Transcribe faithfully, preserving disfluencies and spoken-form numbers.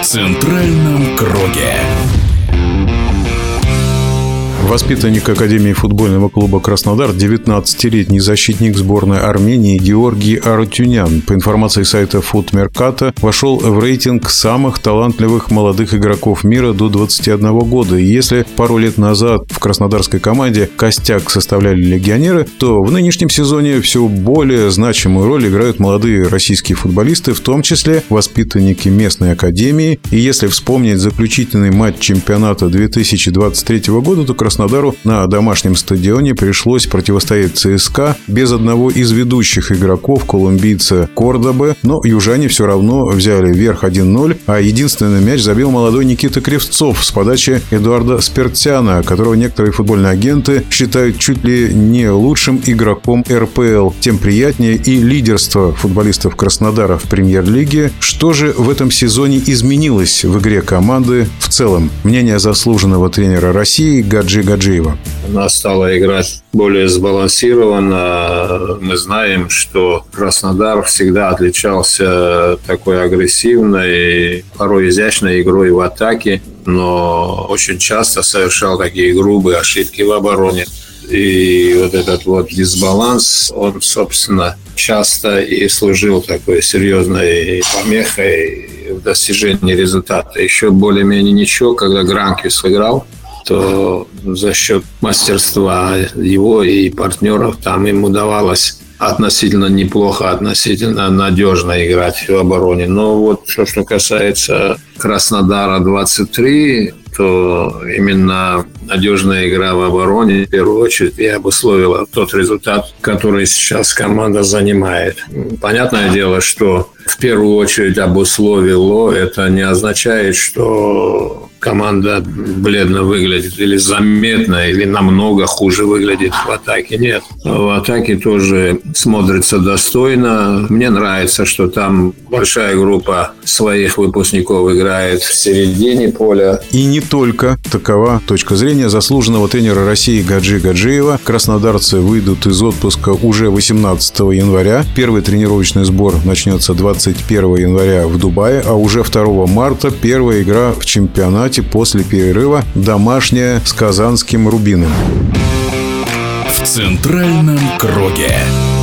центральном круге. Воспитанник Академии футбольного клуба «Краснодар», девятнадцатилетний защитник сборной Армении Георгий Арутюнян, по информации сайта «Футмеркато», вошел в рейтинг самых талантливых молодых игроков мира до двадцати одного года. И если пару лет назад в краснодарской команде костяк составляли легионеры, то в нынешнем сезоне все более значимую роль играют молодые российские футболисты, в том числе воспитанники местной академии. И если вспомнить заключительный матч чемпионата две тысячи двадцать третьего года, то Краснодару на домашнем стадионе пришлось противостоять ЦСКА без одного из ведущих игроков, колумбийца Кордобы, но южане все равно взяли верх один ноль, а единственный мяч забил молодой Никита Кривцов с подачи Эдуарда Спиртяна, которого некоторые футбольные агенты считают чуть ли не лучшим игроком эр пэ эл. Тем приятнее и лидерство футболистов Краснодара в премьер-лиге. Что же в этом сезоне изменилось в игре команды в целом? Мнение заслуженного тренера России Гаджи Гаджиева. Она стала играть более сбалансированно. Мы знаем, что Краснодар всегда отличался такой агрессивной, порой изящной игрой в атаке, но очень часто совершал такие грубые ошибки в обороне. И вот этот вот дисбаланс, он, собственно, часто и служил такой серьезной помехой в достижении результата. Еще более-менее ничего, когда Гранквист сыграл, то за счет мастерства его и партнеров там им удавалось относительно неплохо, относительно надежно играть в обороне. Но вот что, что касается Краснодара двадцать три, то именно надежная игра в обороне в первую очередь и обусловила тот результат, который сейчас команда занимает. Понятное дело, что в первую очередь обусловило, это не означает, что команда бледно выглядит или заметно, или намного хуже выглядит в атаке. Нет. В атаке тоже смотрится достойно. Мне нравится, что там большая группа своих выпускников играет в середине поля. И не только. Такова точка зрения заслуженного тренера России Гаджи Гаджиева. Краснодарцы выйдут из отпуска уже восемнадцатого января. Первый тренировочный сбор начнется двадцать первого января в Дубае, а уже второго марта первая игра в чемпионате после перерыва, домашняя с казанским «Рубином». В центральном круге.